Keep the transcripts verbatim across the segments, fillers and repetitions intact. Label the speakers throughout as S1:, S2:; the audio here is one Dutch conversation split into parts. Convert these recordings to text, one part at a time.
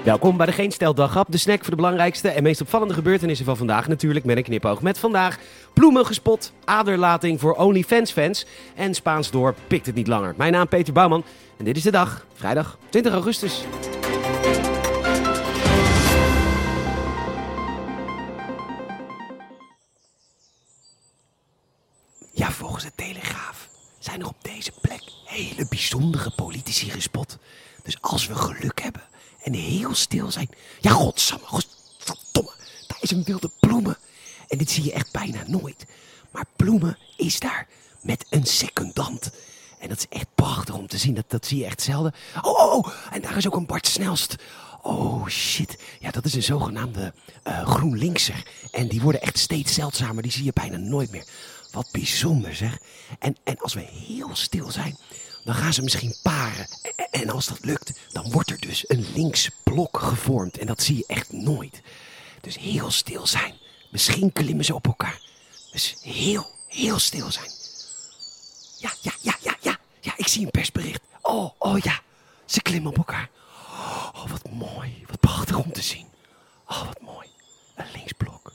S1: Welkom bij de Geen Stel Daghap, de snack voor de belangrijkste en meest opvallende gebeurtenissen van vandaag. Natuurlijk met een knipoog met vandaag bloemen gespot, aderlating voor OnlyFans-fans en Spaans door pikt het niet langer. Mijn naam Peter Bouwman en dit is de dag, vrijdag twintig augustus. Ja, volgens de Telegraaf zijn er op deze plek hele bijzondere politici gespot. Dus als we geluk hebben en heel stil zijn... Ja, godsamme, godverdomme, daar is een wilde Bloemen. En dit zie je echt bijna nooit. Maar Bloemen is daar met een secondant. En dat is echt prachtig om te zien, dat, dat zie je echt zelden. Oh, oh, oh, en daar is ook een Bart Snelst. Oh, shit. Ja, dat is een zogenaamde uh, GroenLinkser. En die worden echt steeds zeldzamer, die zie je bijna nooit meer. Wat bijzonder, zeg. En, en als we heel stil zijn, dan gaan ze misschien paren. En, en als dat lukt, dan wordt er dus een links blok gevormd. En dat zie je echt nooit. Dus heel stil zijn. Misschien klimmen ze op elkaar. Dus heel, heel stil zijn. Ja, ja, ja, ja, ja. Ja, ik zie een persbericht. Oh, oh ja. Ze klimmen op elkaar. Oh, wat mooi. Wat prachtig om te zien. Oh, wat mooi. Een linksblok.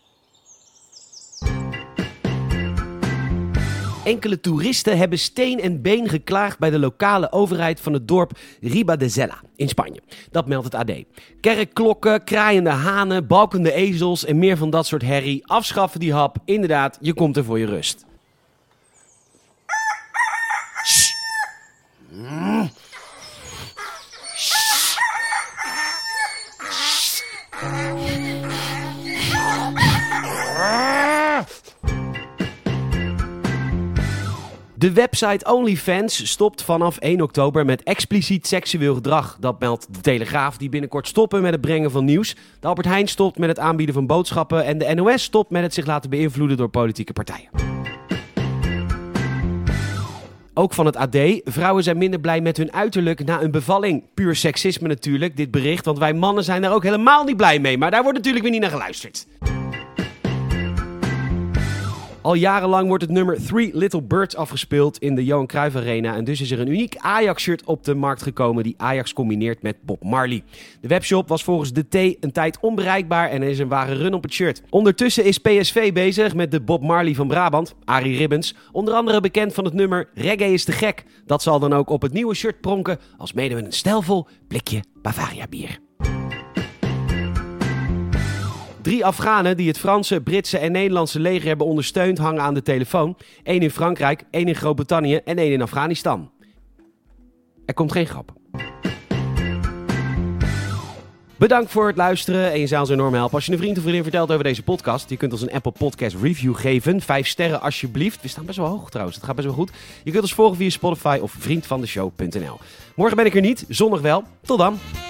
S1: Enkele toeristen hebben steen en been geklaagd bij de lokale overheid van het dorp Ribadesella in Spanje. Dat meldt het A D. Kerkklokken, kraaiende hanen, balkende ezels en meer van dat soort herrie. Afschaffen die hap. Inderdaad, je komt er voor je rust. Shh. Mm. Shh. De website OnlyFans stopt vanaf één oktober met expliciet seksueel gedrag. Dat meldt de Telegraaf, die binnenkort stoppen met het brengen van nieuws. De Albert Heijn stopt met het aanbieden van boodschappen. En de N O S stopt met het zich laten beïnvloeden door politieke partijen. Ook van het A D. Vrouwen zijn minder blij met hun uiterlijk na een bevalling. Puur seksisme natuurlijk, dit bericht. Want wij mannen zijn daar ook helemaal niet blij mee. Maar daar wordt natuurlijk weer niet naar geluisterd. Al jarenlang wordt het nummer Three Little Birds afgespeeld in de Johan Cruijff Arena. En dus is er een uniek Ajax-shirt op de markt gekomen die Ajax combineert met Bob Marley. De webshop was volgens de T een tijd onbereikbaar en er is een ware run op het shirt. Ondertussen is P S V bezig met de Bob Marley van Brabant, Arie Ribbens. Onder andere bekend van het nummer Reggae is te gek. Dat zal dan ook op het nieuwe shirt pronken als mede met een stijlvol blikje Bavaria bier. Drie Afghanen die het Franse, Britse en Nederlandse leger hebben ondersteund hangen aan de telefoon. Eén in Frankrijk, één in Groot-Brittannië en één in Afghanistan. Er komt geen grap. Bedankt voor het luisteren en je zou ons enorm helpen als je een vriend of vriendin vertelt over deze podcast. Je kunt ons een Apple Podcast review geven. Vijf sterren alsjeblieft. We staan best wel hoog trouwens. Het gaat best wel goed. Je kunt ons volgen via Spotify of vriendvandeshow punt n l. Morgen ben ik er niet, zondag wel. Tot dan.